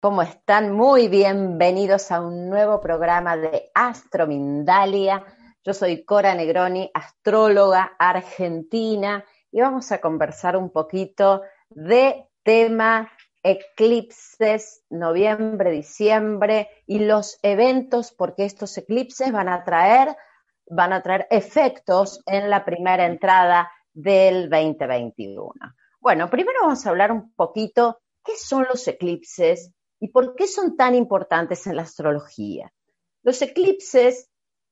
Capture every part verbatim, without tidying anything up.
¿Cómo están? Muy bienvenidos a un nuevo programa de Astro Mindalia. Yo soy Cora Negroni, astróloga argentina, y vamos a conversar un poquito de tema eclipses, noviembre, diciembre y los eventos, porque estos eclipses van a traer, van a traer efectos en la primera entrada del veinte veintiuno. Bueno, primero vamos a hablar un poquito qué son los eclipses y por qué son tan importantes en la astrología. Los eclipses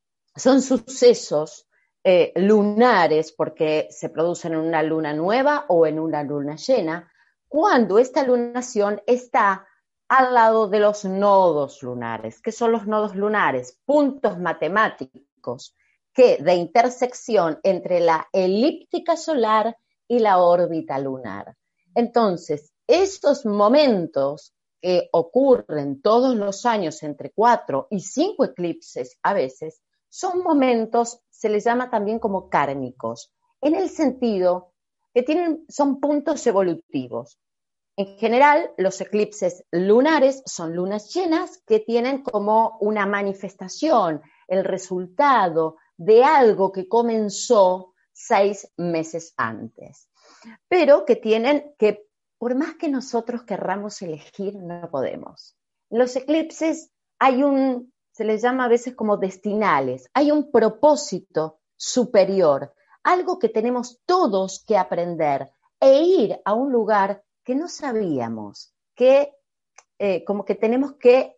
son sucesos eh, lunares porque se producen en una luna nueva o en una luna llena, cuando esta lunación está al lado de los nodos lunares. ¿Qué son los nodos lunares? Puntos matemáticos que de intersección entre la elíptica solar y la órbita lunar. Entonces, estos momentos que ocurren todos los años entre cuatro y cinco eclipses a veces, son momentos, se les llama también como kármicos, en el sentido que tienen, son puntos evolutivos. En general, los eclipses lunares son lunas llenas que tienen como una manifestación, el resultado de algo que comenzó seis meses antes, pero que tienen que, por más que nosotros querramos elegir, no podemos. En los eclipses hay un, se les llama a veces como destinales, hay un propósito superior, algo que tenemos todos que aprender e ir a un lugar que no sabíamos, que eh, como que tenemos que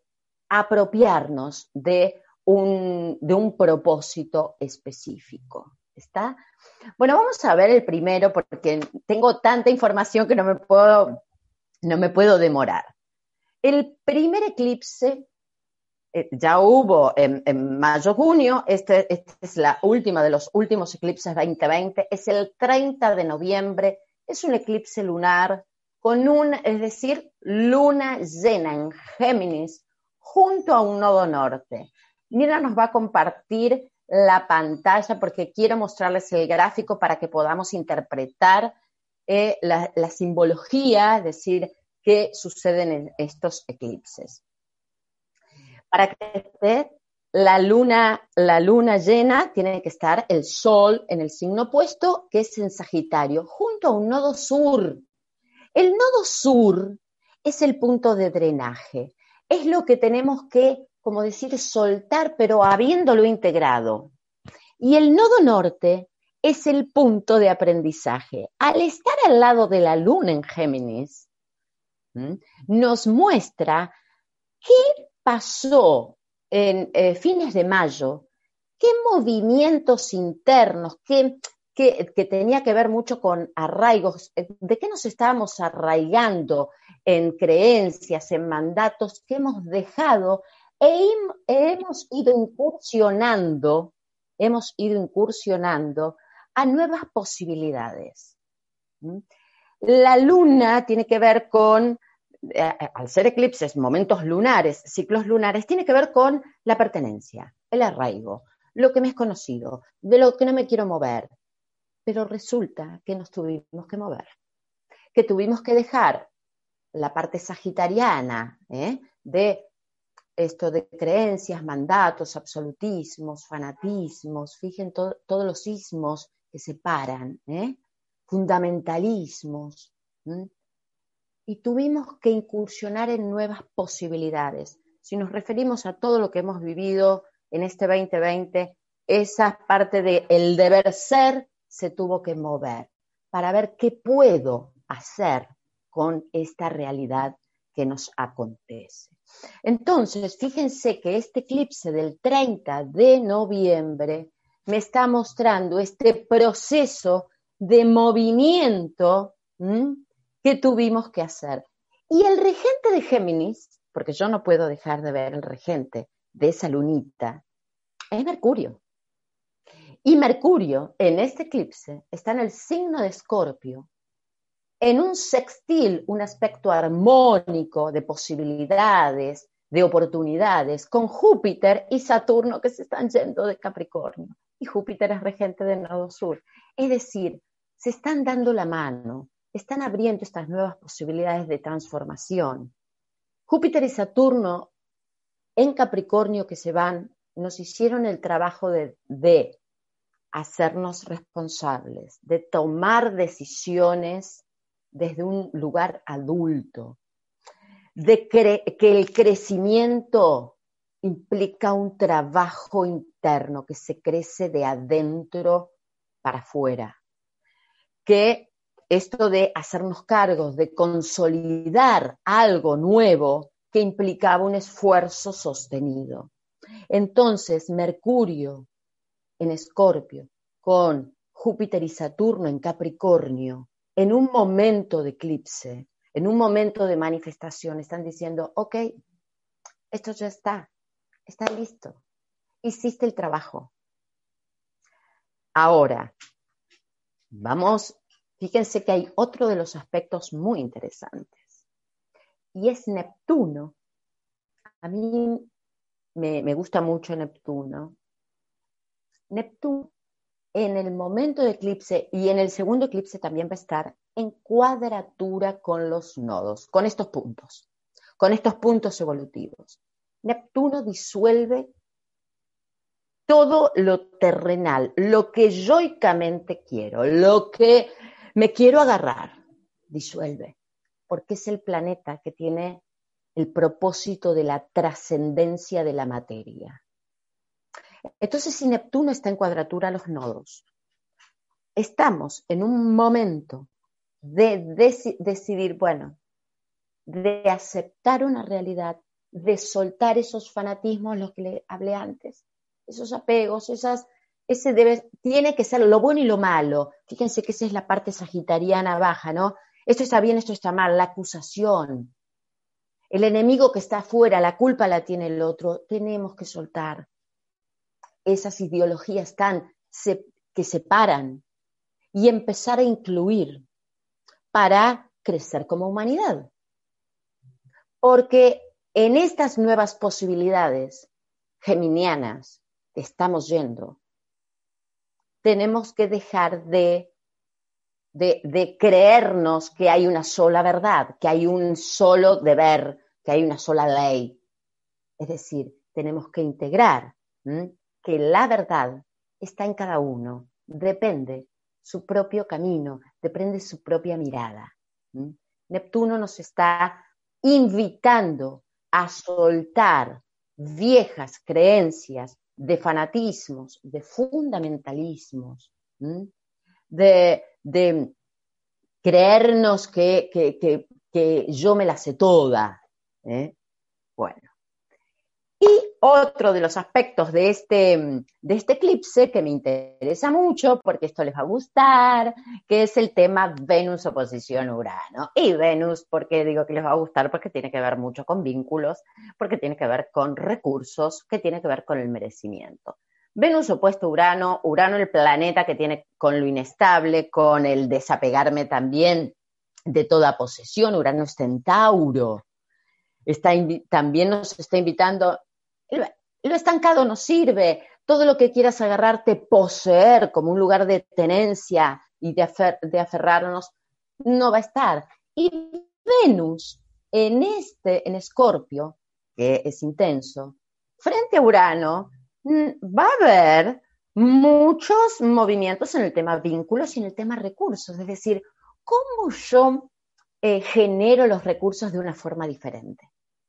apropiarnos de un, de un propósito específico. ¿Está? Bueno, vamos a ver el primero porque tengo tanta información que no me puedo, no me puedo demorar. El primer eclipse eh, ya hubo en, en mayo-junio, este, este es la última de los últimos eclipses veinte veinte, es el treinta de noviembre, es un eclipse lunar con un, es decir, luna llena en Géminis junto a un nodo norte. Mira, nos va a compartir la pantalla porque quiero mostrarles el gráfico para que podamos interpretar eh, la, la simbología, es decir, qué sucede en estos eclipses. Para que esté la luna, la luna llena, tiene que estar el Sol en el signo opuesto, que es en Sagitario, junto a un nodo sur. El nodo sur es el punto de drenaje, es lo que tenemos que, como decir, soltar, pero habiéndolo integrado. Y el nodo norte es el punto de aprendizaje. Al estar al lado de la luna en Géminis, ¿m? nos muestra qué pasó en eh, fines de mayo, qué movimientos internos, qué, qué, que tenía que ver mucho con arraigos, de qué nos estábamos arraigando en creencias, en mandatos que hemos dejado e hemos ido incursionando, hemos ido incursionando a nuevas posibilidades. La luna tiene que ver con, eh, al ser eclipses, momentos lunares, ciclos lunares, tiene que ver con la pertenencia, el arraigo, lo que me es conocido, de lo que no me quiero mover. Pero resulta que nos tuvimos que mover, que tuvimos que dejar la parte sagitariana, ¿eh? de esto de creencias, mandatos, absolutismos, fanatismos, fíjense to- todos los ismos que separan, ¿eh? fundamentalismos, ¿eh? y tuvimos que incursionar en nuevas posibilidades. Si nos referimos a todo lo que hemos vivido en este veinte veinte, esa parte del deber ser se tuvo que mover para ver qué puedo hacer con esta realidad que nos acontece. Entonces, fíjense que este eclipse del treinta de noviembre me está mostrando este proceso de movimiento ¿m? que tuvimos que hacer. Y el regente de Géminis, porque yo no puedo dejar de ver el regente de esa lunita, es Mercurio. Y Mercurio en este eclipse está en el signo de Escorpio, en un sextil, un aspecto armónico de posibilidades, de oportunidades, con Júpiter y Saturno que se están yendo de Capricornio. Y Júpiter es regente del nodo sur. Es decir, se están dando la mano, están abriendo estas nuevas posibilidades de transformación. Júpiter y Saturno en Capricornio que se van, nos hicieron el trabajo de, de hacernos responsables, de tomar decisiones desde un lugar adulto, de cre- que el crecimiento implica un trabajo interno, que se crece de adentro para afuera, que esto de hacernos cargos, de consolidar algo nuevo, que implicaba un esfuerzo sostenido. Entonces, Mercurio en Escorpio, con Júpiter y Saturno en Capricornio, en un momento de eclipse, en un momento de manifestación, están diciendo, ok, esto ya está, está listo, hiciste el trabajo. Ahora, vamos, fíjense que hay otro de los aspectos muy interesantes, y es Neptuno. A mí me, me gusta mucho Neptuno. Neptuno, en el momento de eclipse y en el segundo eclipse también va a estar en cuadratura con los nodos, con estos puntos, con estos puntos evolutivos. Neptuno disuelve todo lo terrenal, lo que yoicamente quiero, lo que me quiero agarrar, disuelve, porque es el planeta que tiene el propósito de la trascendencia de la materia. Entonces, si Neptuno está en cuadratura a los nodos, estamos en un momento de dec- decidir, bueno, de aceptar una realidad, de soltar esos fanatismos, los que le hablé antes, esos apegos, esas, ese debe, tiene que ser lo bueno y lo malo. Fíjense que esa es la parte sagitariana baja, ¿no? Esto está bien, esto está mal, la acusación. El enemigo que está afuera, la culpa la tiene el otro. Tenemos que soltar esas ideologías tan se, que separan y empezar a incluir para crecer como humanidad. Porque en estas nuevas posibilidades geminianas que estamos yendo, tenemos que dejar de, de, de creernos que hay una sola verdad, que hay un solo deber, que hay una sola ley. Es decir, tenemos que integrar ¿m? que la verdad está en cada uno, depende su propio camino, depende su propia mirada. ¿m? Neptuno nos está invitando a soltar viejas creencias de fanatismos, de fundamentalismos, ¿m? de, de creernos que, que, que, que yo me la sé toda. ¿eh? Bueno. Y otro de los aspectos de este, de este eclipse que me interesa mucho, porque esto les va a gustar, que es el tema Venus oposición Urano. Y Venus, ¿por qué digo que les va a gustar? Porque tiene que ver mucho con vínculos, porque tiene que ver con recursos, que tiene que ver con el merecimiento. Venus opuesto a Urano, Urano el planeta que tiene con lo inestable, con el desapegarme también de toda posesión. Urano está en Tauro. Está invi- también nos está invitando, lo, lo estancado no sirve, todo lo que quieras agarrarte, poseer como un lugar de tenencia y de, afer, de aferrarnos, no va a estar. Y Venus en este, en Escorpio, que es intenso, frente a Urano, va a haber muchos movimientos en el tema vínculos y en el tema recursos, es decir, cómo yo eh, genero los recursos de una forma diferente.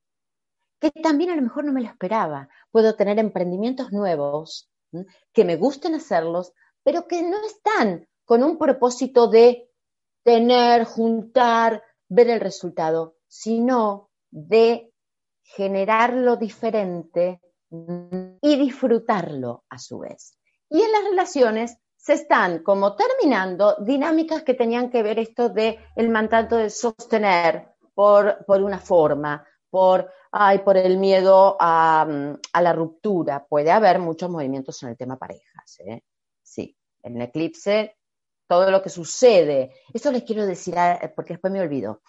Que también a lo mejor no me lo esperaba. Puedo tener emprendimientos nuevos, ¿m? que me gusten hacerlos, pero que no están con un propósito de tener, juntar, ver el resultado, sino de generarlo diferente ¿m? y disfrutarlo a su vez. Y en las relaciones se están como terminando dinámicas que tenían que ver esto de el mandato de sostener por, por una forma, por, ay, por el miedo a, a la ruptura. Puede haber muchos movimientos en el tema parejas, ¿eh? Sí, en el eclipse, todo lo que sucede. Esto les quiero decir, porque después me olvido.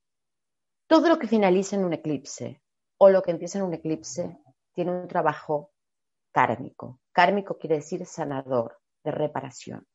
Todo lo que finaliza en un eclipse o lo que empieza en un eclipse tiene un trabajo kármico. Kármico quiere decir sanador, de reparación.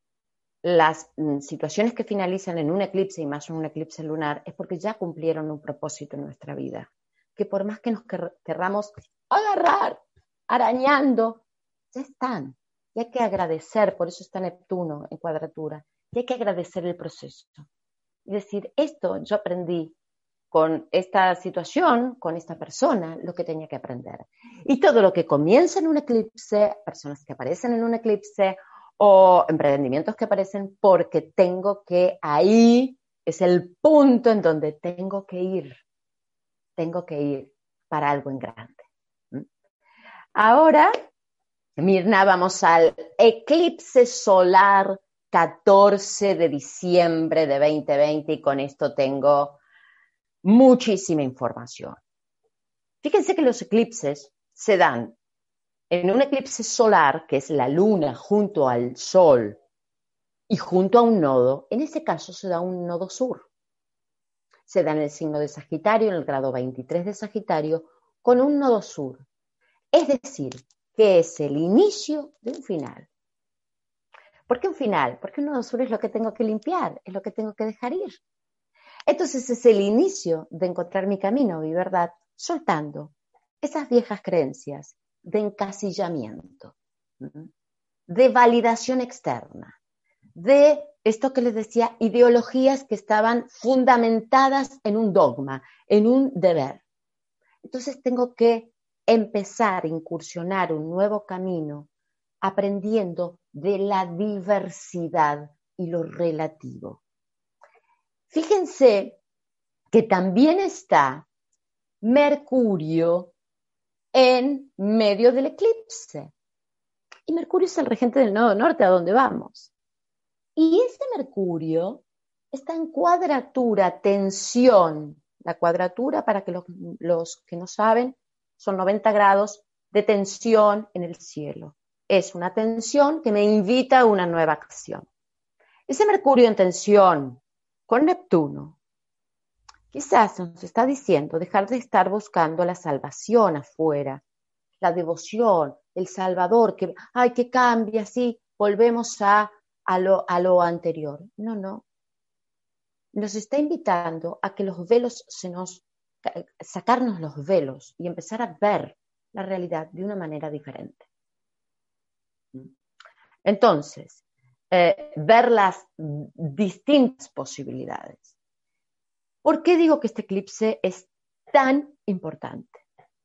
Las mm, situaciones que finalizan en un eclipse, y más en un eclipse lunar, es porque ya cumplieron un propósito en nuestra vida. que por más que nos quer- querramos agarrar, arañando, ya están. Y hay que agradecer, por eso está Neptuno en cuadratura, y hay que agradecer el proceso. Y decir, esto yo aprendí con esta situación, con esta persona, lo que tenía que aprender. Y todo lo que comienza en un eclipse, personas que aparecen en un eclipse, o emprendimientos que aparecen, porque tengo que, ahí es el punto en donde tengo que ir. Tengo que ir para algo en grande. ¿Mm? Ahora, Mirna, vamos al eclipse solar catorce de diciembre de veinte veinte y con esto tengo muchísima información. Fíjense que los eclipses se dan en un eclipse solar, que es la luna junto al sol y junto a un nodo. En ese caso se da un nodo sur. Se da en el signo de Sagitario, en el grado veintitrés de Sagitario, con un nodo sur. Es decir, que es el inicio de un final. ¿Por qué un final? Porque un nodo sur es lo que tengo que limpiar, es lo que tengo que dejar ir. Entonces es el inicio de encontrar mi camino, mi verdad, soltando esas viejas creencias de encasillamiento, de validación externa, de esto que les decía, ideologías que estaban fundamentadas en un dogma, en un deber. Entonces tengo que empezar a incursionar un nuevo camino aprendiendo de la diversidad y lo relativo. Fíjense que también está Mercurio en medio del eclipse. Y Mercurio es el regente del nodo norte, a donde vamos. Y ese Mercurio está en cuadratura, tensión. La cuadratura, para que los, los que no saben, son noventa grados de tensión en el cielo. Es una tensión que me invita a una nueva acción. Ese Mercurio en tensión con Neptuno quizás nos está diciendo dejar de estar buscando la salvación afuera, la devoción, el Salvador, que, ay, que cambia, sí, volvemos a, a, lo, a lo anterior. No, no. Nos está invitando a que los velos se nos, sacarnos los velos y empezar a ver la realidad de una manera diferente. Entonces, eh, ver las distintas posibilidades. ¿Por qué digo que este eclipse es tan importante?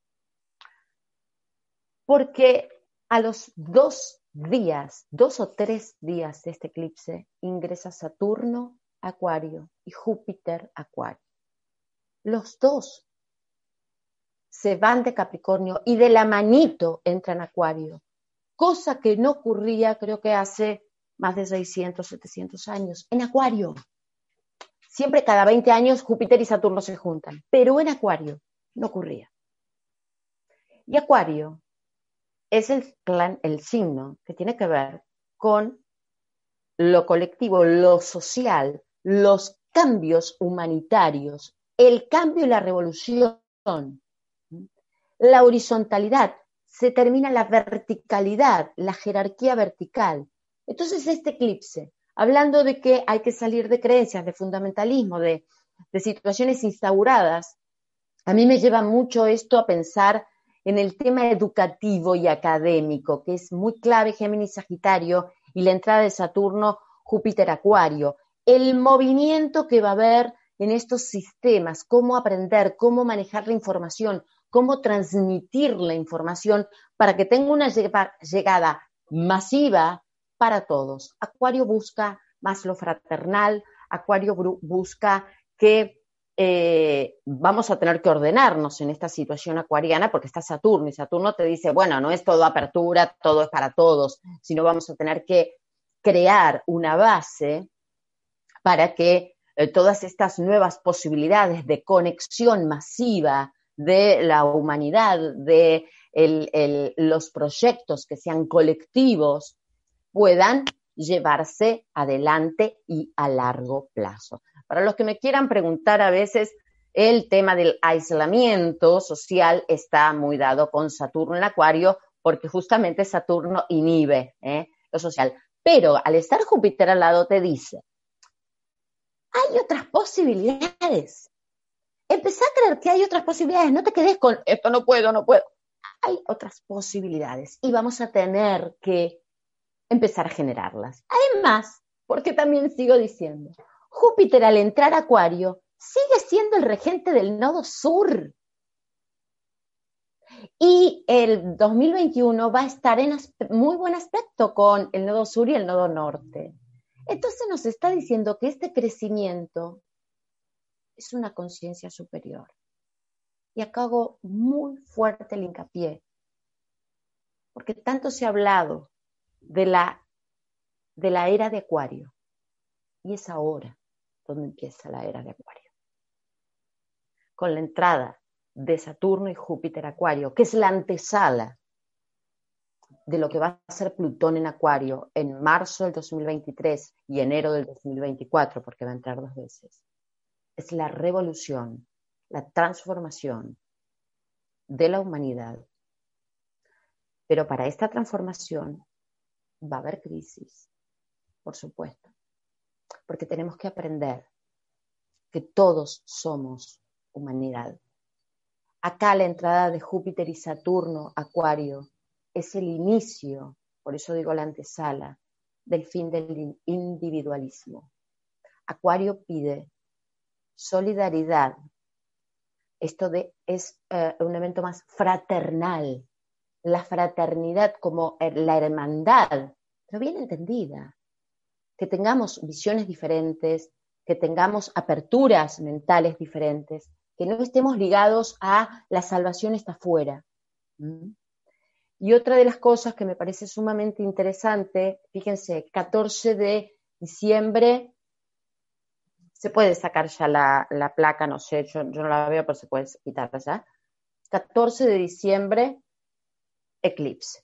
Porque a los dos días, dos o tres días de este eclipse, ingresa Saturno, Acuario, y Júpiter, Acuario. Los dos se van de Capricornio y de la manito entran a Acuario, cosa que no ocurría, creo que hace más de seiscientos, setecientos años, en Acuario. Siempre cada veinte años Júpiter y Saturno se juntan, pero en Acuario no ocurría. Y Acuario es el, plan, el signo que tiene que ver con lo colectivo, lo social, los cambios humanitarios, el cambio y la revolución, la horizontalidad, se termina la verticalidad, la jerarquía vertical. Entonces este eclipse, hablando de que hay que salir de creencias, de fundamentalismo, de, de situaciones instauradas, a mí me lleva mucho esto a pensar en el tema educativo y académico, que es muy clave Géminis Sagitario y la entrada de Saturno, Júpiter Acuario. El movimiento que va a haber en estos sistemas, cómo aprender, cómo manejar la información, cómo transmitir la información para que tenga una llegada masiva para todos. Acuario busca más lo fraternal, Acuario busca que Eh, vamos a tener que ordenarnos en esta situación acuariana porque está Saturno y Saturno te dice, bueno, no es todo apertura, todo es para todos, sino vamos a tener que crear una base para que eh, todas estas nuevas posibilidades de conexión masiva de la humanidad, de el, el, los proyectos que sean colectivos, puedan llevarse adelante y a largo plazo. Para los que me quieran preguntar a veces, el tema del aislamiento social está muy dado con Saturno en Acuario, porque justamente Saturno inhibe ¿eh? lo social. Pero al estar Júpiter al lado te dice, hay otras posibilidades. empezá a creer que hay otras posibilidades, no te quedes con esto no puedo, no puedo. Hay otras posibilidades y vamos a tener que empezar a generarlas. Además, porque también sigo diciendo, Júpiter al entrar a Acuario sigue siendo el regente del nodo sur. Y el dos mil veintiuno va a estar en muy buen aspecto con el nodo sur y el nodo norte. Entonces nos está diciendo que este crecimiento es una conciencia superior. Y acá hago muy fuerte el hincapié, porque tanto se ha hablado de la, de la era de Acuario, y es ahora donde empieza la era de Acuario. Con la entrada de Saturno y Júpiter Acuario, que es la antesala de lo que va a ser Plutón en Acuario en marzo del dos mil veintitrés y enero del dos mil veinticuatro, porque va a entrar dos veces. Es la revolución, la transformación de la humanidad. Pero para esta transformación va a haber crisis, por supuesto, porque tenemos que aprender que todos somos humanidad. Acá la entrada de Júpiter y Saturno, Acuario, es el inicio, por eso digo la antesala, del fin del individualismo. Acuario pide solidaridad. Esto de, es uh, un evento más fraternal, la fraternidad como la hermandad, pero bien entendida. Que tengamos visiones diferentes, que tengamos aperturas mentales diferentes, que no estemos ligados a la salvación está afuera. ¿Mm? Y otra de las cosas que me parece sumamente interesante, fíjense, catorce de diciembre, se puede sacar ya la, la placa, no sé, yo, yo no la veo, pero se puede quitar ya. catorce de diciembre, eclipse.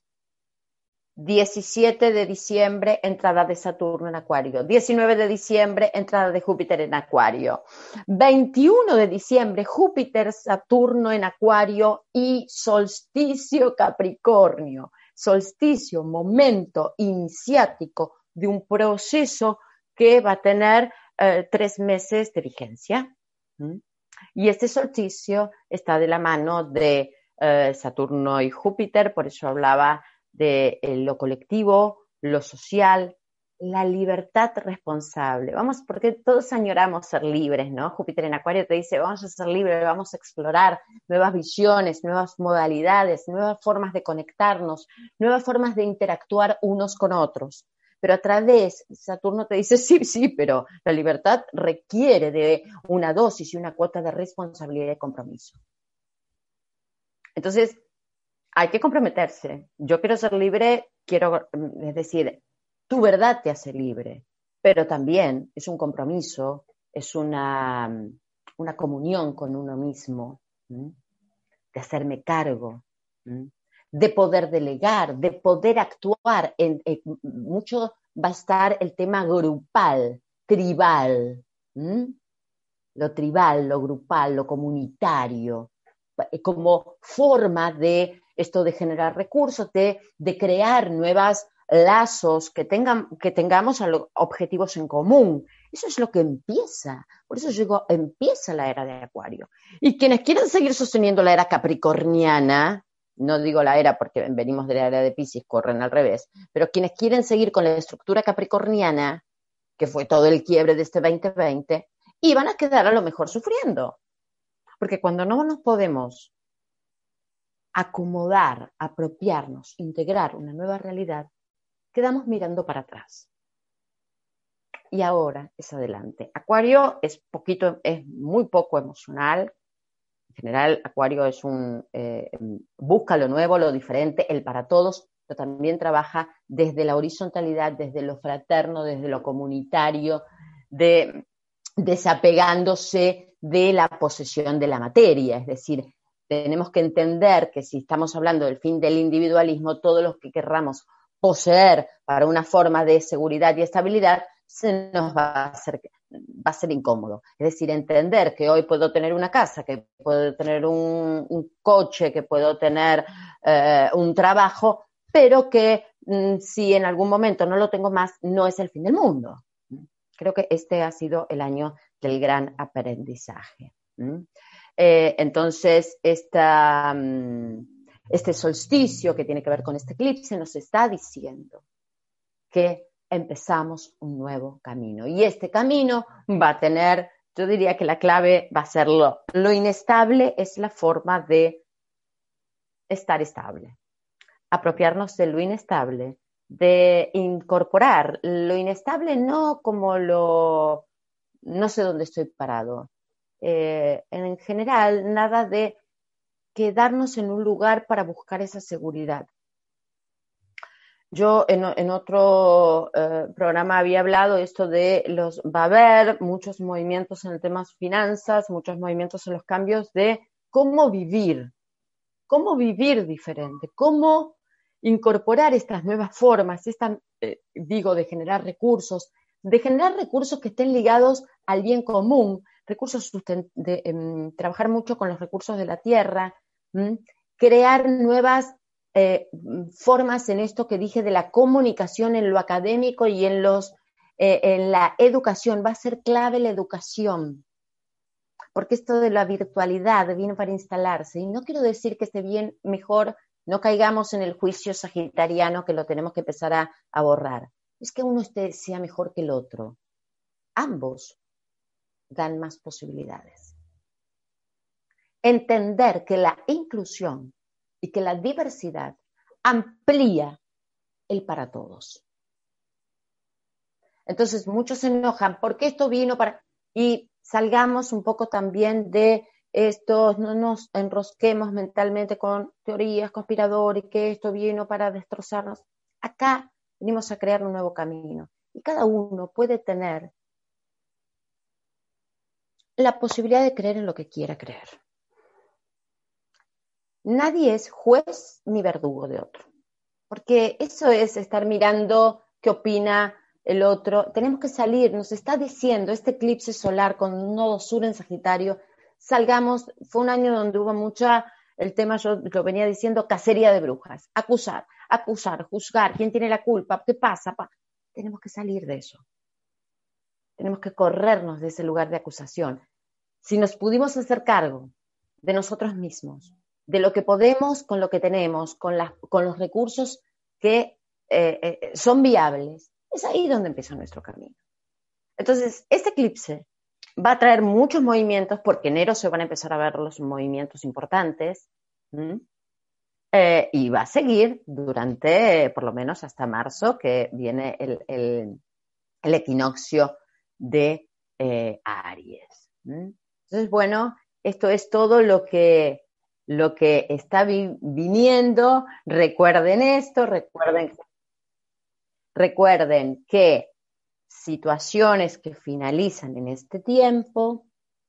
diecisiete de diciembre, entrada de Saturno en Acuario. diecinueve de diciembre, entrada de Júpiter en Acuario. veintiuno de diciembre, Júpiter, Saturno en Acuario y solsticio Capricornio. Solsticio, momento iniciático de un proceso que va a tener eh, tres meses de vigencia. ¿Mm? Y este solsticio está de la mano de eh, Saturno y Júpiter, por eso hablaba de eh, lo colectivo, lo social, la libertad responsable. Vamos, porque todos añoramos ser libres, ¿no? Júpiter en Acuario te dice, vamos a ser libres, vamos a explorar nuevas visiones, nuevas modalidades, nuevas formas de conectarnos, nuevas formas de interactuar unos con otros. Pero a través, Saturno te dice, sí, sí, pero la libertad requiere de una dosis y una cuota de responsabilidad y compromiso. Entonces, hay que comprometerse. Yo quiero ser libre, quiero, es decir, tu verdad te hace libre, pero también es un compromiso, es una, una comunión con uno mismo, ¿sí? De hacerme cargo, ¿sí? De poder delegar, de poder actuar. En, en, mucho va a estar el tema grupal, tribal, ¿sí? Lo tribal, lo grupal, lo comunitario, como forma de esto de generar recursos, de, de crear nuevos lazos, que, tengan, que tengamos objetivos en común. Eso es lo que empieza. Por eso digo, empieza la era de Acuario. Y quienes quieren seguir sosteniendo la era capricorniana, no digo la era porque venimos de la era de Piscis, corren al revés, pero quienes quieren seguir con la estructura capricorniana, que fue todo el quiebre de este veinte veinte, iban a quedar a lo mejor sufriendo. Porque cuando no nos podemos acomodar, apropiarnos, integrar una nueva realidad, quedamos mirando para atrás. Y ahora es adelante. Acuario es poquito, es muy poco emocional. En general, Acuario es un eh, busca lo nuevo, lo diferente, el para todos, pero también trabaja desde la horizontalidad, desde lo fraterno, desde lo comunitario, de, desapegándose de la posesión de la materia. Es decir, tenemos que entender que si estamos hablando del fin del individualismo, todo lo que querramos poseer para una forma de seguridad y estabilidad se nos va a hacer, va a ser incómodo. Es decir, entender que hoy puedo tener una casa, que puedo tener un, un coche, que puedo tener eh, un trabajo, pero que mm, si en algún momento no lo tengo más, no es el fin del mundo. Creo que este ha sido el año del gran aprendizaje. ¿Mm? Eh, entonces, esta, este solsticio que tiene que ver con este eclipse nos está diciendo que empezamos un nuevo camino. Y este camino va a tener, yo diría que la clave va a ser lo, lo inestable es la forma de estar estable. Apropiarnos de lo inestable, de incorporar lo inestable no como lo, no sé dónde estoy parado. Eh, en general, nada de quedarnos en un lugar para buscar esa seguridad. Yo en, en otro eh, programa había hablado esto de los, va a haber muchos movimientos en el tema de finanzas, muchos movimientos en los cambios de cómo vivir, cómo vivir diferente, cómo incorporar estas nuevas formas, esta, eh, digo, de generar recursos, de generar recursos que estén ligados al bien común, recursos sustent- de eh, trabajar mucho con los recursos de la tierra, ¿m? Crear nuevas eh, formas en esto que dije de la comunicación en lo académico y en, los, eh, en la educación. Va a ser clave la educación, porque esto de la virtualidad viene para instalarse. Y no quiero decir que esté bien, mejor, no caigamos en el juicio sagitariano que lo tenemos que empezar a, a borrar. Es que uno esté, sea mejor que el otro. Ambos dan más posibilidades. Entender que la inclusión y que la diversidad amplía el para todos. Entonces muchos se enojan porque esto vino para... Y salgamos un poco también de esto, no nos enrosquemos mentalmente con teorías conspiradoras, que esto vino para destrozarnos. Acá venimos a crear un nuevo camino y cada uno puede tener la posibilidad de creer en lo que quiera creer. Nadie es juez ni verdugo de otro, porque eso es estar mirando qué opina el otro. Tenemos que salir, nos está diciendo este eclipse solar con un nodo sur en Sagitario, salgamos, fue un año donde hubo mucha, el tema yo lo venía diciendo, cacería de brujas, acusar, acusar, juzgar, quién tiene la culpa, qué pasa, pa? Tenemos que salir de eso, tenemos que corrernos de ese lugar de acusación. Si nos pudimos hacer cargo de nosotros mismos, de lo que podemos con lo que tenemos, con, las, con los recursos que eh, eh, son viables, es ahí donde empieza nuestro camino. Entonces, este eclipse va a traer muchos movimientos, porque enero se van a empezar a ver los movimientos importantes, ¿Mm? eh, y va a seguir durante, eh, por lo menos hasta marzo, que viene el, el, el equinoccio de eh, Aries. ¿Mm? Entonces, bueno, esto es todo lo que lo que está vi- viniendo. Recuerden esto, recuerden, recuerden que situaciones que finalizan en este tiempo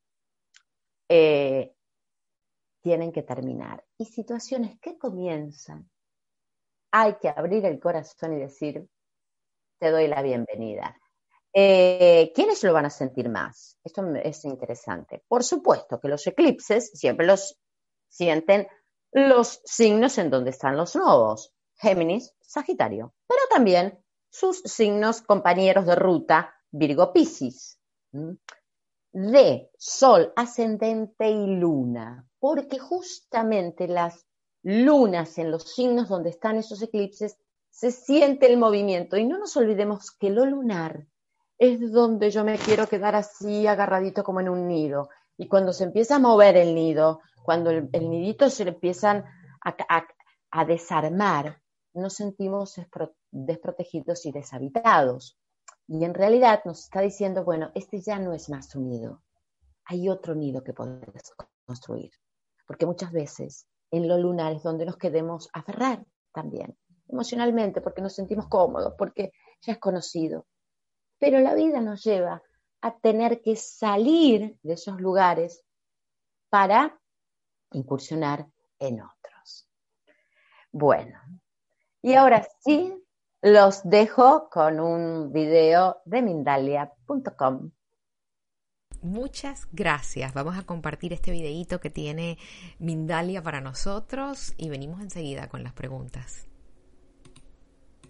eh, tienen que terminar. Y situaciones que comienzan, hay que abrir el corazón y decir, te doy la bienvenida. Eh, ¿Quiénes lo van a sentir más? Esto es interesante. Por supuesto que los eclipses siempre los sienten los signos en donde están los nodos, Géminis, Sagitario, pero también sus signos compañeros de ruta, Virgo, Piscis, de Sol, ascendente y Luna, porque justamente las lunas en los signos donde están esos eclipses se siente el movimiento. Y no nos olvidemos que lo lunar es donde yo me quiero quedar así agarradito como en un nido. Y cuando se empieza a mover el nido, cuando el, el nidito se le empiezan a, a, a desarmar, nos sentimos despro, desprotegidos y deshabitados. Y en realidad nos está diciendo, bueno, este ya no es más un nido. Hay otro nido que podemos construir. Porque muchas veces en lo lunar es donde nos queremos aferrar también, emocionalmente, porque nos sentimos cómodos, porque ya es conocido. Pero la vida nos lleva a tener que salir de esos lugares para incursionar en otros. Bueno, y ahora sí, los dejo con un video de Mindalia punto com. Muchas gracias. Vamos a compartir este videíto que tiene Mindalia para nosotros y venimos enseguida con las preguntas.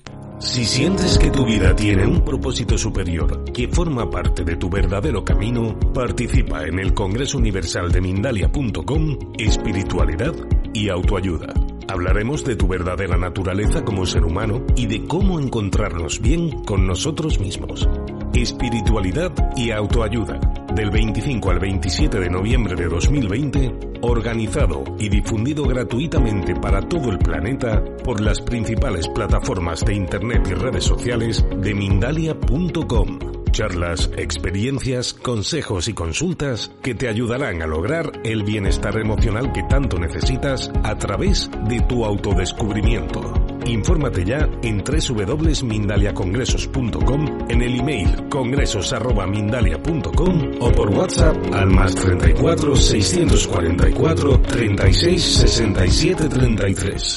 Si sientes que tu vida tiene un propósito superior que forma parte de tu verdadero camino, participa en el Congreso Universal de Mindalia punto com, Espiritualidad y Autoayuda. Hablaremos de tu verdadera naturaleza como ser humano y de cómo encontrarnos bien con nosotros mismos. Espiritualidad y Autoayuda, del veinticinco al veintisiete de noviembre de dos mil veinte, organizado y difundido gratuitamente para todo el planeta por las principales plataformas de Internet y redes sociales de Mindalia punto com. Charlas, experiencias, consejos y consultas que te ayudarán a lograr el bienestar emocional que tanto necesitas a través de tu autodescubrimiento. Infórmate ya en doble u doble u doble u punto mindalia congresos punto com, en el email congresos arroba mindalia punto com o por WhatsApp al más treinta y cuatro, seiscientos cuarenta y cuatro, treinta y seis, sesenta y siete, treinta y tres.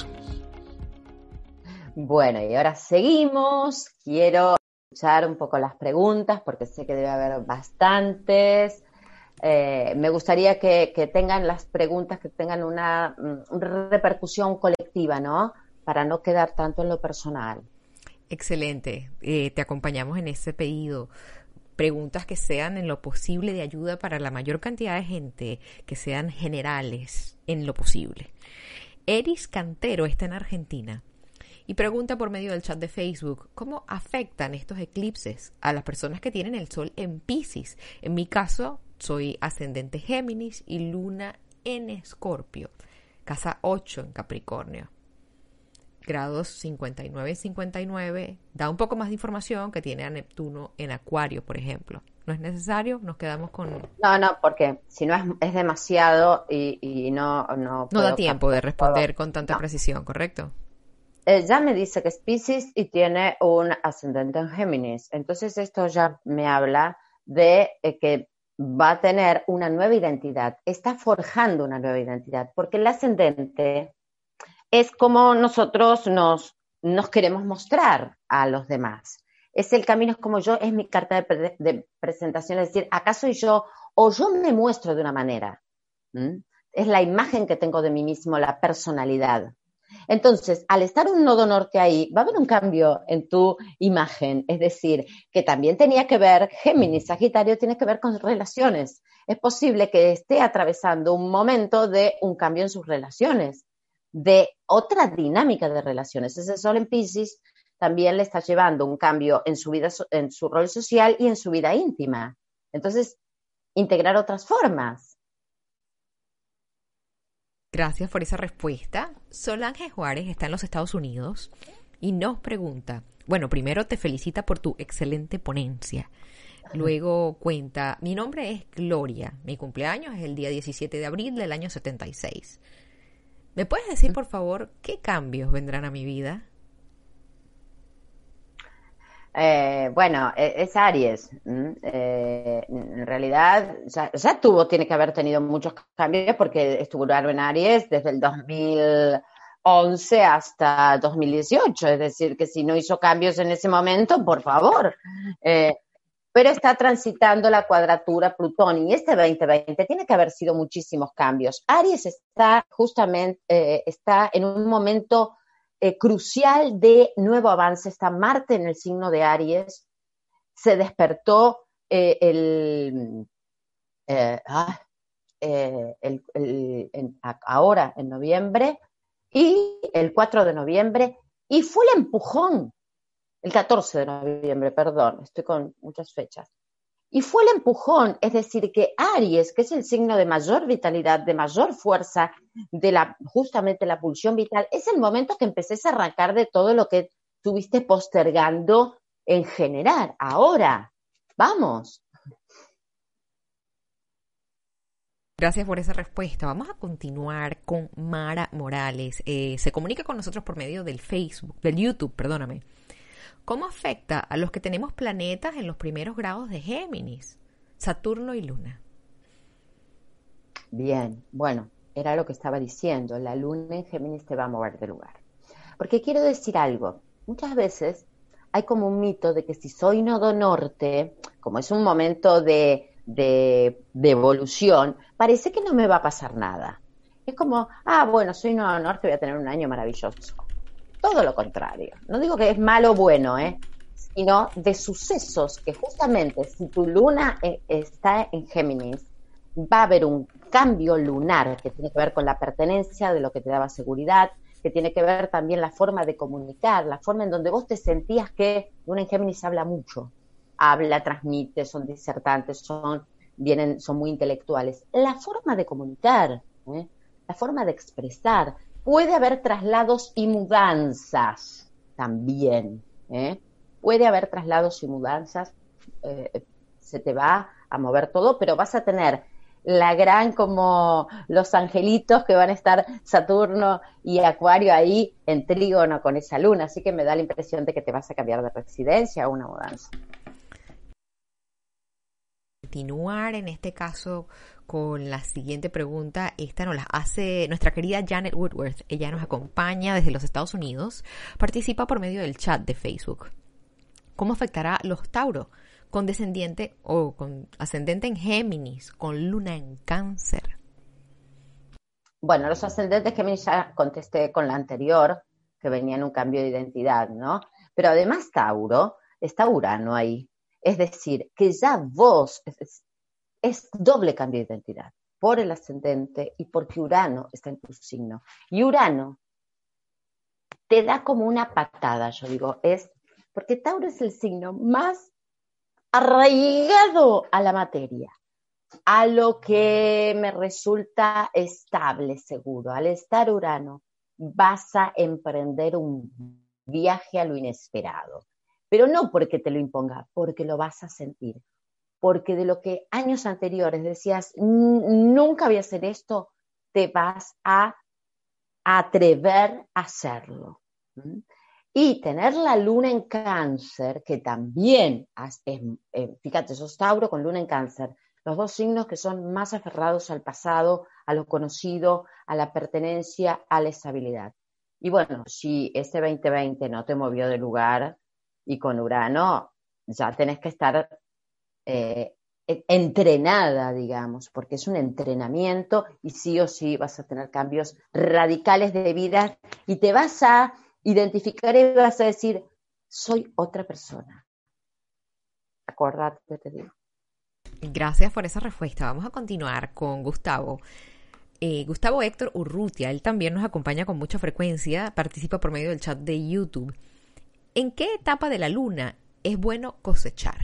Bueno, y ahora seguimos. Quiero escuchar un poco las preguntas porque sé que debe haber bastantes. Eh, me gustaría que, que tengan las preguntas, que tengan una, una repercusión colectiva, ¿no? Para no quedar tanto en lo personal. Excelente. Eh, te acompañamos en ese pedido. Preguntas que sean en lo posible de ayuda para la mayor cantidad de gente, que sean generales en lo posible. Eris Cantero está en Argentina y pregunta por medio del chat de Facebook, ¿cómo afectan estos eclipses a las personas que tienen el sol en Piscis? En mi caso, soy ascendente Géminis y luna en Escorpio, casa ocho en Capricornio. Grados cincuenta y nueve y cincuenta y nueve, da un poco más de información que tiene a Neptuno en Acuario, por ejemplo. ¿No es necesario? Nos quedamos con... No, no, porque si no es, es demasiado y, y no... No, no da tiempo de responder con tanta no. precisión, ¿correcto? Eh, ya me dice que es Piscis y tiene un ascendente en Géminis. Entonces esto ya me habla de eh, que va a tener una nueva identidad. Está forjando una nueva identidad, porque el ascendente es como nosotros nos, nos queremos mostrar a los demás. Es el camino, es como yo, es mi carta de, pre- de presentación, es decir, acá soy yo, o yo me muestro de una manera. ¿Mm? Es la imagen que tengo de mí mismo, la personalidad. Entonces, al estar un nodo norte ahí, va a haber un cambio en tu imagen, es decir, que también tenía que ver, Géminis, Sagitario, tiene que ver con relaciones. Es posible que esté atravesando un momento de un cambio en sus relaciones, de otra dinámica de relaciones. Ese sol en Piscis también le está llevando un cambio en su vida, en su rol social y en su vida íntima. Entonces, integrar otras formas. Gracias por esa respuesta. Solange Juárez está en los Estados Unidos y nos pregunta, bueno, primero te felicita por tu excelente ponencia. Luego cuenta, mi nombre es Gloria, mi cumpleaños es el día diecisiete de abril del año setenta y seis. ¿Me puedes decir, por favor, qué cambios vendrán a mi vida? Eh, bueno, es Aries. Eh, en realidad ya, ya tuvo, tiene que haber tenido muchos cambios porque estuvo en Aries desde el dos mil once hasta dos mil dieciocho. Es decir, que si no hizo cambios en ese momento, por favor. Eh, pero está transitando la cuadratura Plutón y este veinte veinte tiene que haber sido muchísimos cambios. Aries está justamente, eh, está en un momento eh, crucial de nuevo avance. Está Marte en el signo de Aries, se despertó eh, el, eh, ah, eh, el, el en, ahora en noviembre y el cuatro de noviembre y fue el empujón. El catorce de noviembre, perdón, estoy con muchas fechas. Y fue el empujón, es decir, que Aries, que es el signo de mayor vitalidad, de mayor fuerza, de la justamente la pulsión vital, es el momento que empeces a arrancar de todo lo que estuviste postergando en general. Ahora, vamos. Gracias por esa respuesta. Vamos a continuar con Mara Morales. Eh, se comunica con nosotros por medio del Facebook, del YouTube, perdóname. ¿Cómo afecta a los que tenemos planetas en los primeros grados de Géminis, Saturno y Luna? Bien, bueno, era lo que estaba diciendo. La Luna en Géminis te va a mover de lugar. Porque quiero decir algo. Muchas veces hay como un mito de que si soy nodo norte, como es un momento de, de, de evolución, parece que no me va a pasar nada. Es como, ah, bueno, soy nodo norte, voy a tener un año maravilloso. todo lo contrario. No digo que es malo o bueno, ¿eh? Sino de sucesos que justamente si tu luna eh, está en Géminis, va a haber un cambio lunar que tiene que ver con la pertenencia, de lo que te daba seguridad, que tiene que ver también la forma de comunicar, la forma en donde vos te sentías que Luna en Géminis habla mucho, habla, transmite, son disertantes, son, vienen, son muy intelectuales. La forma de comunicar, ¿eh? La forma de expresar, puede haber traslados y mudanzas también, ¿eh? Puede haber traslados y mudanzas, eh, se te va a mover todo, pero vas a tener la gran, como los angelitos que van a estar Saturno y Acuario ahí en trígono con esa luna, así que me da la impresión de que te vas a cambiar de residencia o una mudanza. Continuar en este caso con la siguiente pregunta. Esta nos la hace nuestra querida Janet Woodworth. Ella nos acompaña desde los Estados Unidos, participa por medio del chat de Facebook. ¿Cómo afectará los Tauro con descendiente o con ascendente en Géminis, con luna en Cáncer? Bueno, los ascendentes Géminis ya contesté con la anterior, que venía en un cambio de identidad, ¿no? Pero además Tauro, está Urano ahí. Es decir, que ya vos, es, es doble cambio de identidad, por el ascendente y porque Urano está en tu signo. Y Urano te da como una patada, yo digo, es porque Tauro es el signo más arraigado a la materia, a lo que me resulta estable, seguro. Al estar Urano, vas a emprender un viaje a lo inesperado. Pero no porque te lo imponga, porque lo vas a sentir. Porque de lo que años anteriores decías, nunca voy a hacer esto, te vas a atrever a hacerlo. ¿Mm? Y tener la luna en Cáncer, que también, es, eh, fíjate, sos Tauro con luna en Cáncer, los dos signos que son más aferrados al pasado, a lo conocido, a la pertenencia, a la estabilidad. Y bueno, si este veinte veinte no te movió de lugar, y con Urano ya tenés que estar eh, entrenada, digamos, porque es un entrenamiento y sí o sí vas a tener cambios radicales de vida y te vas a identificar y vas a decir, soy otra persona. Acordate que te digo. Gracias por esa respuesta. Vamos a continuar con Gustavo. Eh, Gustavo Héctor Urrutia, él también nos acompaña con mucha frecuencia, participa por medio del chat de YouTube. ¿En qué etapa de la luna es bueno cosechar?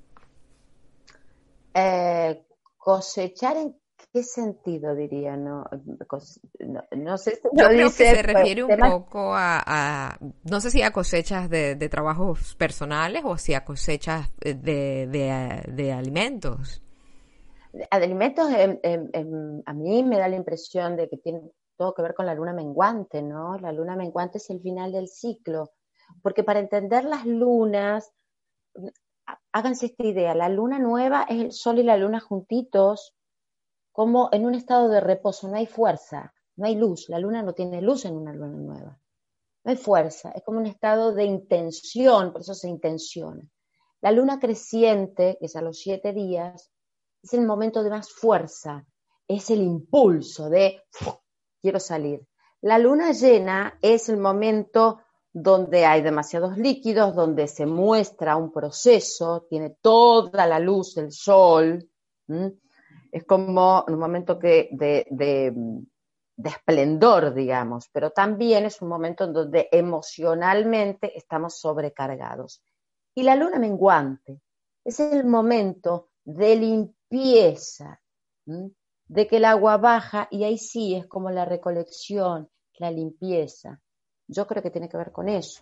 Eh, cosechar en qué sentido diría, no, no, no sé si yo lo creo dice, que se refiere un tema... poco a, a, no sé si a cosechas de, de trabajos personales o si a cosechas de, de, de alimentos. De alimentos, eh, eh, eh, a mí me da la impresión de que tiene todo que ver con la luna menguante, ¿no? La luna menguante es el final del ciclo. Porque para entender las lunas, háganse esta idea, la luna nueva es el sol y la luna juntitos, como en un estado de reposo, no hay fuerza, no hay luz, la luna no tiene luz en una luna nueva, no hay fuerza, es como un estado de intención, por eso se intenciona. La luna creciente, que es a los siete días, es el momento de más fuerza, es el impulso de, quiero salir. La luna llena es el momento donde hay demasiados líquidos, donde se muestra un proceso, tiene toda la luz del sol, ¿m? Es como un momento que de, de, de esplendor, digamos, pero también es un momento en donde emocionalmente estamos sobrecargados. Y la luna menguante es el momento de limpieza, ¿m? De que el agua baja y ahí sí es como la recolección, la limpieza. Yo creo que tiene que ver con eso.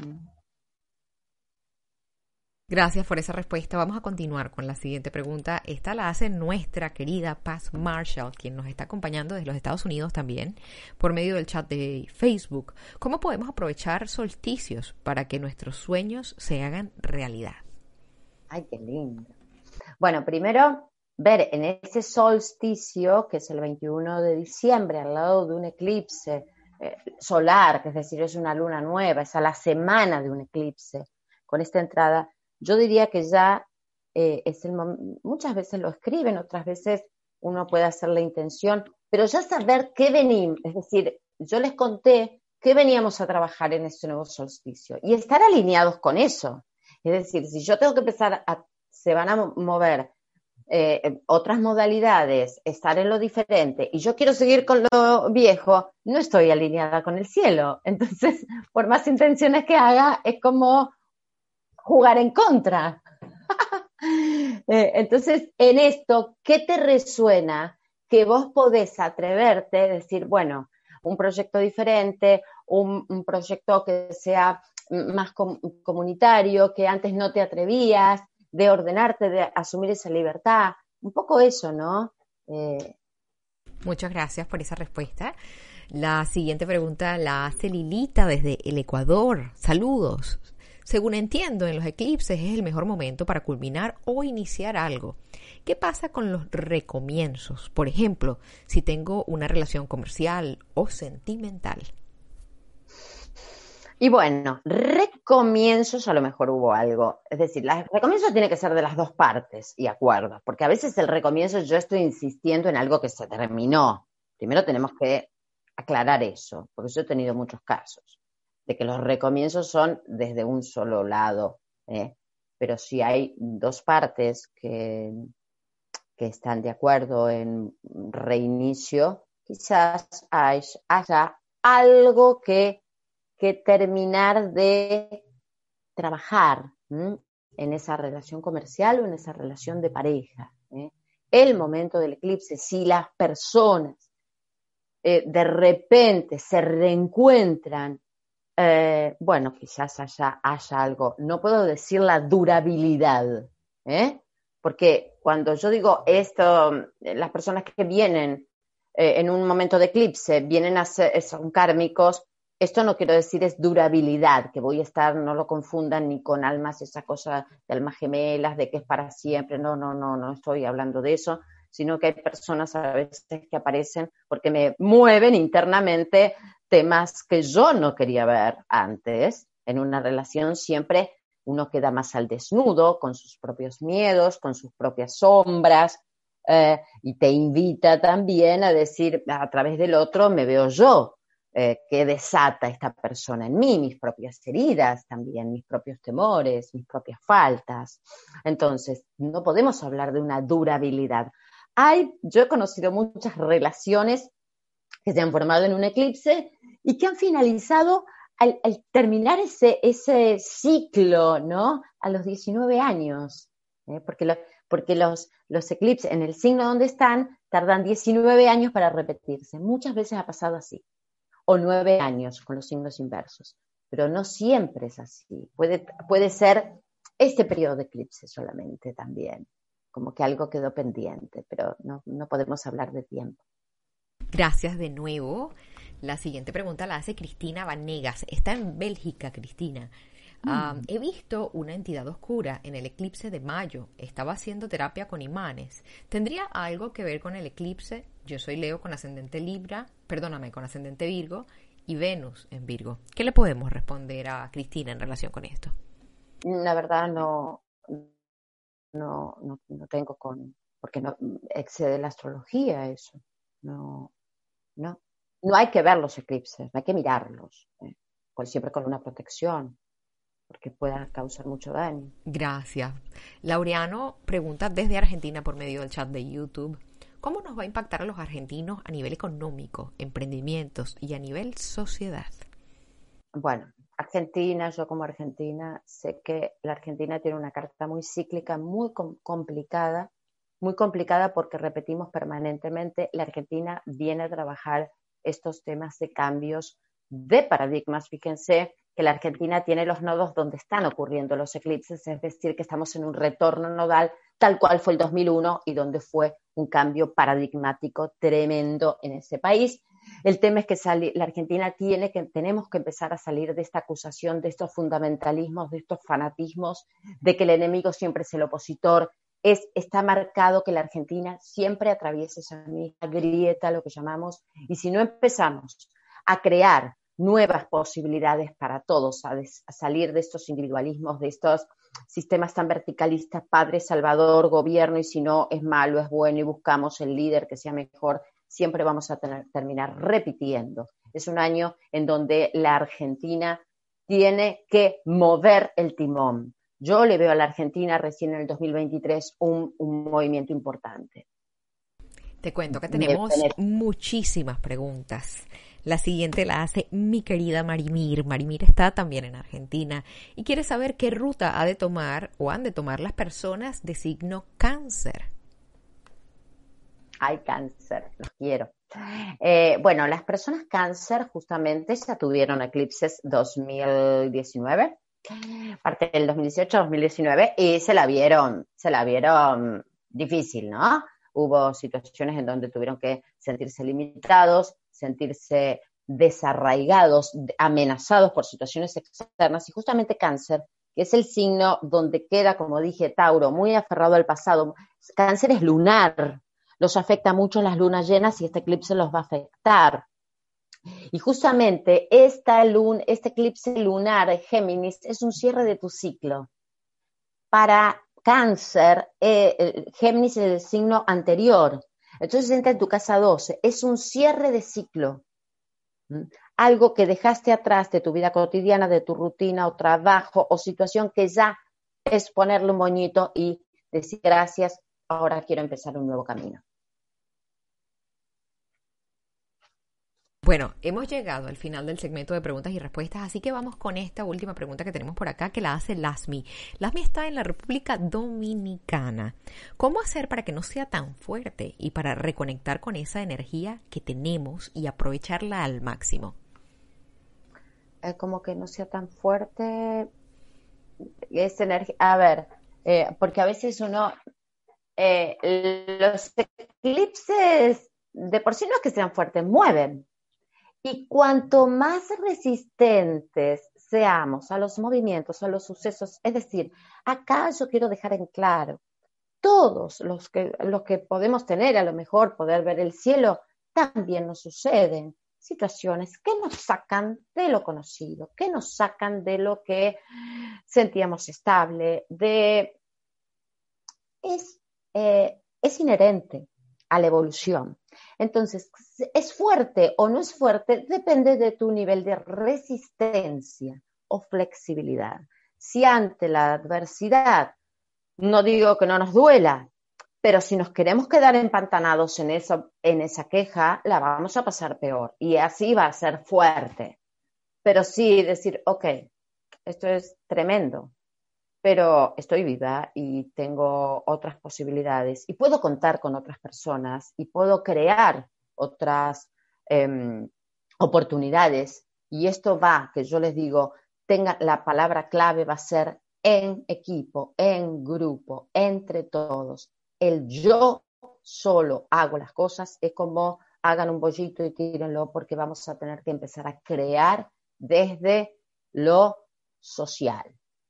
Gracias por esa respuesta. Vamos a continuar con la siguiente pregunta. Esta la hace nuestra querida Paz Marshall, quien nos está acompañando desde los Estados Unidos también, por medio del chat de Facebook. ¿Cómo podemos aprovechar solsticios para que nuestros sueños se hagan realidad? Ay, qué lindo. Bueno, primero, ver en ese solsticio, que es el veintiuno de diciembre, al lado de un eclipse eh, solar, que es decir, es una luna nueva, es a la semana de un eclipse, con esta entrada, yo diría que ya eh, es el momento, muchas veces lo escriben, otras veces uno puede hacer la intención, pero ya saber qué venimos, es decir, yo les conté ¿qué veníamos a trabajar en este nuevo solsticio? Y estar alineados con eso. Es decir, si yo tengo que empezar a, se van a mover eh, otras modalidades, estar en lo diferente, y yo quiero seguir con lo viejo, no estoy alineada con el cielo. Entonces, por más intenciones que haga, es como jugar en contra. eh, entonces, en esto, ¿qué te resuena? Que vos podés atreverte a decir, bueno, un proyecto diferente, un, un proyecto que sea más com- comunitario, que antes no te atrevías, de ordenarte, de asumir esa libertad, un poco eso, ¿no? Eh... Muchas gracias por esa respuesta. La siguiente pregunta la hace Lilita desde el Ecuador. Saludos. Según entiendo, en los eclipses es el mejor momento para culminar o iniciar algo. ¿Qué pasa con los recomienzos? Por ejemplo, si tengo una relación comercial o sentimental. Y bueno, recomienzos a lo mejor hubo algo. Es decir, el recomienzo tiene que ser de las dos partes y acuerdos, porque a veces el recomienzo yo estoy insistiendo en algo que se terminó. Primero tenemos que aclarar eso, porque yo he tenido muchos casos de que los recomienzos son desde un solo lado, ¿eh? Pero si hay dos partes que, que están de acuerdo en reinicio, quizás hay, haya algo que que terminar de trabajar ¿m? en esa relación comercial o en esa relación de pareja. ¿eh? El momento del eclipse, si las personas eh, de repente se reencuentran, eh, bueno, quizás haya, haya algo, no puedo decir la durabilidad, ¿eh? porque cuando yo digo esto, las personas que vienen eh, en un momento de eclipse, vienen a ser, son kármicos. Esto no quiero decir es durabilidad, que voy a estar, no lo confundan ni con almas, esa cosa de almas gemelas, de que es para siempre, no, no, no, no estoy hablando de eso, sino que hay personas a veces que aparecen porque me mueven internamente temas que yo no quería ver antes. En una relación siempre uno queda más al desnudo, con sus propios miedos, con sus propias sombras, eh, y te invita también a decir, a través del otro me veo yo. Eh, que desata esta persona en mí, mis propias heridas también, mis propios temores, mis propias faltas. Entonces, no podemos hablar de una durabilidad. Hay, yo he conocido muchas relaciones que se han formado en un eclipse y que han finalizado al, al terminar ese, ese ciclo, ¿no? A los diecinueve años, ¿eh? porque, lo, porque los, los eclipses en el signo donde están tardan diecinueve años para repetirse. Muchas veces ha pasado así. O nueve años con los signos inversos, pero no siempre es así. Puede, puede ser este periodo de eclipse solamente también, como que algo quedó pendiente, pero no, no podemos hablar de tiempo. Gracias de nuevo. La siguiente pregunta la hace Cristina Vanegas. Está en Bélgica, Cristina. Mm. Um, he visto una entidad oscura en el eclipse de mayo. Estaba haciendo terapia con imanes. ¿Tendría algo que ver con el eclipse? Yo soy Leo con ascendente Libra, perdóname, con ascendente Virgo y Venus en Virgo. ¿Qué le podemos responder a Cristina en relación con esto? La verdad no, no, no, no tengo con, porque no excede la astrología eso. No, no, no hay que ver los eclipses, no hay que mirarlos, eh, pues siempre con una protección, porque puedan causar mucho daño. Gracias. Laureano pregunta desde Argentina por medio del chat de YouTube. ¿Cómo nos va a impactar a los argentinos a nivel económico, emprendimientos y a nivel sociedad? Bueno, Argentina, yo como argentina, sé que la Argentina tiene una carta muy cíclica, muy com- complicada, muy complicada porque repetimos permanentemente, la Argentina viene a trabajar estos temas de cambios de paradigmas. Fíjense que la Argentina tiene los nodos donde están ocurriendo los eclipses, es decir, que estamos en un retorno nodal tal cual fue el dos mil uno y donde fue un cambio paradigmático tremendo en ese país. El tema es que sali- la Argentina tiene que, tenemos que empezar a salir de esta acusación, de estos fundamentalismos, de estos fanatismos, de que el enemigo siempre es el opositor. Es, está marcado que la Argentina siempre atraviesa esa misma grieta, lo que llamamos, y si no empezamos a crear nuevas posibilidades para todos, a, des, a salir de estos individualismos, de estos sistemas tan verticalistas, padre, salvador, gobierno, y si no es malo, es bueno, y buscamos el líder que sea mejor, siempre vamos a tener, terminar repitiendo es un año en donde la Argentina tiene que mover el timón. Yo le veo a la Argentina recién en el dos mil veintitrés un, un movimiento importante. Te cuento que tenemos muchísimas preguntas. La siguiente la hace mi querida Marimir. Marimir está también en Argentina y quiere saber qué ruta ha de tomar o han de tomar las personas de signo Cáncer. Ay, Cáncer, los quiero. Eh, bueno, las personas Cáncer justamente ya tuvieron eclipses dos mil diecinueve, parte del dos mil dieciocho, dos mil diecinueve, y se la vieron, se la vieron difícil, ¿no? Hubo situaciones en donde tuvieron que sentirse limitados, sentirse desarraigados, amenazados por situaciones externas, y justamente Cáncer, que es el signo donde queda, como dije, Tauro, muy aferrado al pasado. Cáncer es lunar, los afecta mucho las lunas llenas y este eclipse los va a afectar. Y justamente esta lun, este eclipse lunar, Géminis, es un cierre de tu ciclo. Para Cáncer, eh, Géminis es el signo anterior. Entonces entra en tu casa doce. Es un cierre de ciclo. ¿Mm? Algo que dejaste atrás de tu vida cotidiana, de tu rutina o trabajo o situación que ya es ponerle un moñito y decir gracias, ahora quiero empezar un nuevo camino. Bueno, hemos llegado al final del segmento de preguntas y respuestas, así que vamos con esta última pregunta que tenemos por acá, que la hace Lasmi. Lasmi está en la República Dominicana. ¿Cómo hacer para que no sea tan fuerte y para reconectar con esa energía que tenemos y aprovecharla al máximo? Eh, como que no sea tan fuerte esa energía. A ver, eh, porque a veces uno, eh, los eclipses de por sí no es que sean fuertes, mueven. Y cuanto más resistentes seamos a los movimientos, a los sucesos, es decir, acá yo quiero dejar en claro, todos los que, los que podemos tener, a lo mejor poder ver el cielo, también nos suceden situaciones que nos sacan de lo conocido, que nos sacan de lo que sentíamos estable, de es, eh, es inherente a la evolución. Entonces, ¿es fuerte o no es fuerte? Depende de tu nivel de resistencia o flexibilidad. Si ante la adversidad, no digo que no nos duela, pero si nos queremos quedar empantanados en, eso, en esa queja, la vamos a pasar peor y así va a ser fuerte. Pero sí decir, ok, esto es tremendo, pero estoy viva y tengo otras posibilidades y puedo contar con otras personas y puedo crear otras eh, oportunidades. Y esto va, que yo les digo, tenga, la palabra clave va a ser en equipo, en grupo, entre todos. El yo solo hago las cosas es como hagan un bollito y tírenlo, porque vamos a tener que empezar a crear desde lo social.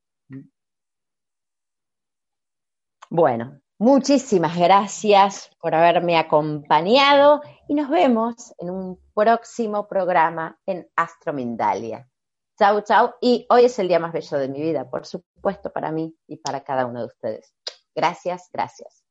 Bueno, muchísimas gracias por haberme acompañado y nos vemos en un próximo programa en Astro Mindalia. Chau, chau. Y hoy es el día más bello de mi vida, por supuesto, para mí y para cada uno de ustedes. Gracias, gracias.